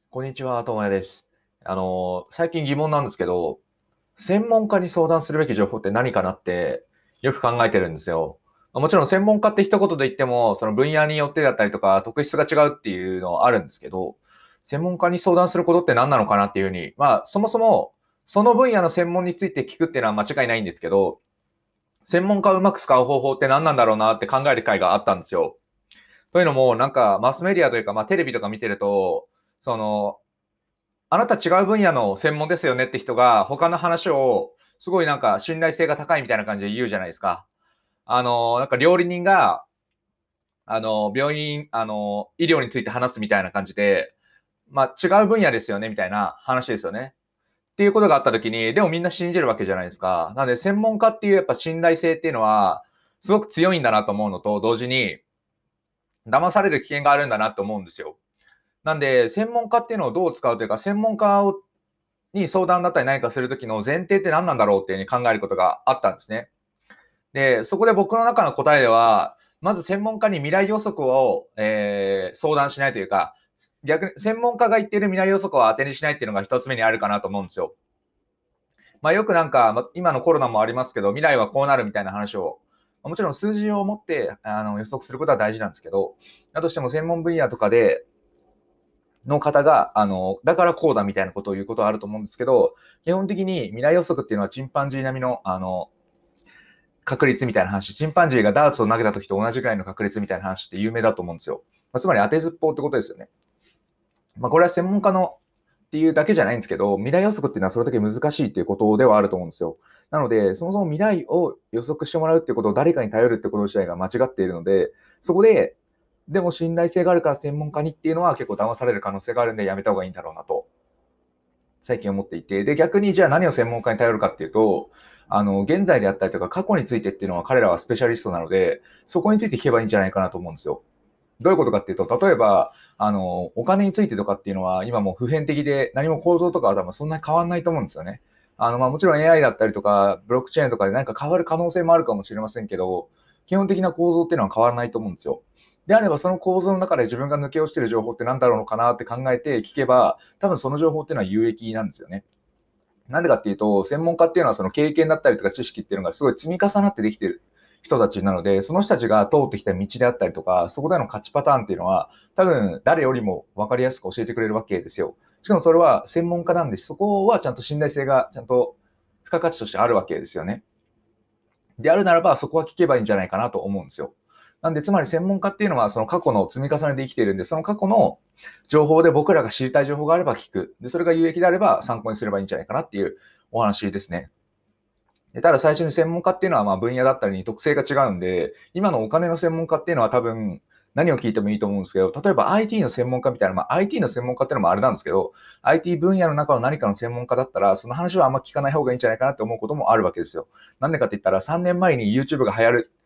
こんにちは、ともやです。最近疑問なんですけど、専門家に相談するべき情報って何かなってよく考えてるんですよ。もちろん専門家って一言で言っても、その分野によってだったりとか、特質が違うっていうのはあるんですけど、専門家に相談することって何なのかなっていうふうに、そもそも、その分野の専門について聞くっていうのは間違いないんですけど、専門家をうまく使う方法って何なんだろうなって考える会があったんですよ。というのも、なんかマスメディアというか、テレビとか見てると、その、あなた違う分野の専門ですよねって人が他の話をすごいなんか信頼性が高いみたいな感じで言うじゃないですか。なんか料理人が、病院、医療について話すみたいな感じで、違う分野ですよねみたいな話ですよね。っていうことがあった時に、でもみんな信じるわけじゃないですか。なので専門家っていうやっぱ信頼性っていうのはすごく強いんだなと思うのと同時に騙される危険があるんだなと思うんですよ。なんで専門家っていうのをどう使うというか、専門家をに相談だったり何かするときの前提って何なんだろうっていうふうに考えることがあったんですね。で、そこで僕の中の答えでは、まず専門家に未来予測を、相談しないというか、逆に専門家が言っている未来予測を当てにしないっていうのが一つ目にあるかなと思うんですよ。よくなんか、今のコロナもありますけど、未来はこうなるみたいな話を、もちろん数字を持って予測することは大事なんですけど、だとしても専門分野とかで、の方が、だからこうだみたいなことを言うことはあると思うんですけど、基本的に未来予測っていうのはチンパンジー並みの、確率みたいな話、チンパンジーがダーツを投げた時と同じくらいの確率みたいな話って有名だと思うんですよ。つまり当てずっぽうってことですよね。これは専門家のっていうだけじゃないんですけど、未来予測っていうのはそれだけ難しいっていうことではあると思うんですよ。なので、そもそも未来を予測してもらうっていうことを誰かに頼るってこと自体が間違っているので、そこで、でも信頼性があるから専門家にっていうのは結構騙される可能性があるんでやめた方がいいんだろうなと最近思っていて、で、逆にじゃあ何を専門家に頼るかっていうと、現在であったりとか過去についてっていうのは彼らはスペシャリストなので、そこについて聞けばいいんじゃないかなと思うんですよ。どういうことかっていうと、例えば、お金についてとかっていうのは今もう普遍的で何も構造とかは多分そんなに変わんないと思うんですよね。もちろん AI だったりとか、ブロックチェーンとかで何か変わる可能性もあるかもしれませんけど、基本的な構造っていうのは変わらないと思うんですよ。であれば、その構造の中で自分が抜け落ちてる情報って何だろうのかなって考えて聞けば、多分その情報っていうのは有益なんですよね。なんでかっていうと、専門家っていうのはその経験だったりとか知識っていうのがすごい積み重なってできている人たちなので、その人たちが通ってきた道であったりとか、そこでの勝ちパターンっていうのは、多分誰よりも分かりやすく教えてくれるわけですよ。しかもそれは専門家なんで、そこはちゃんと信頼性がちゃんと付加価値としてあるわけですよね。であるならば、そこは聞けばいいんじゃないかなと思うんですよ。なんで、つまり専門家っていうのは、その過去の積み重ねで生きているんで、その過去の情報で僕らが知りたい情報があれば聞く。で、それが有益であれば参考にすればいいんじゃないかなっていうお話ですね。でただ最初に専門家っていうのは分野だったりに特性が違うんで、今のお金の専門家っていうのは多分何を聞いてもいいと思うんですけど、例えば IT の専門家みたいな、IT の専門家っていうのもあれなんですけど、IT 分野の中の何かの専門家だったら、その話はあんま聞かない方がいいんじゃないかなって思うこともあるわけですよ。なんでかって言ったら3年前に YouTube が流行る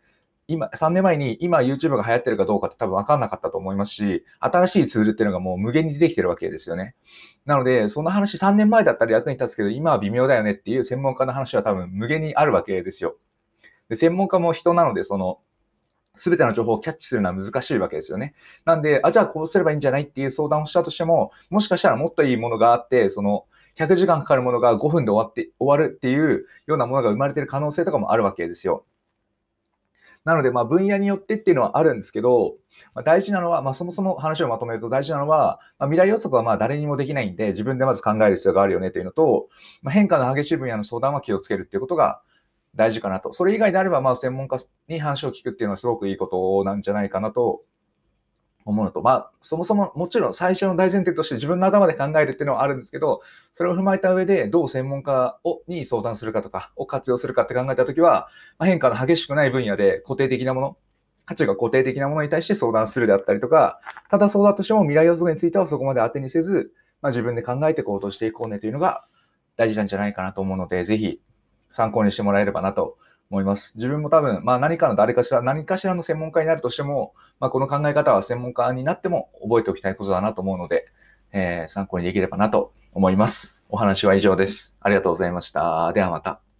3年前に今 YouTube が流行ってるかどうかって多分分かんなかったと思いますし、新しいツールっていうのがもう無限に出てきてるわけですよね。なので、その話3年前だったら役に立つけど、今は微妙だよねっていう専門家の話は多分無限にあるわけですよ。で専門家も人なので、すべての情報をキャッチするのは難しいわけですよね。なんで、じゃあこうすればいいんじゃないっていう相談をしたとしても、もしかしたらもっといいものがあって、100時間かかるものが5分で終わるっていうようなものが生まれている可能性とかもあるわけですよ。なので、分野によってっていうのはあるんですけど、大事なのは、そもそも話をまとめると大事なのは、未来予測は誰にもできないんで、自分でまず考える必要があるよねというのと、変化の激しい分野の相談は気をつけるっていうことが大事かなと。それ以外であれば、専門家に話を聞くっていうのはすごくいいことなんじゃないかなと思うのと、そもそももちろん最初の大前提として自分の頭で考えるっていうのはあるんですけど、それを踏まえた上でどう専門家に相談するかとかを活用するかって考えたときは、変化の激しくない分野で固定的なもの、価値が固定的なものに対して相談するであったりとか、ただそうだとしても未来予測についてはそこまで当てにせず、自分で考えて行動していこうねというのが大事なんじゃないかなと思うので、ぜひ参考にしてもらえればなと思います。自分も多分、何かしらの専門家になるとしても、この考え方は専門家になっても覚えておきたいことだなと思うので、参考にできればなと思います。お話は以上です。ありがとうございました。ではまた。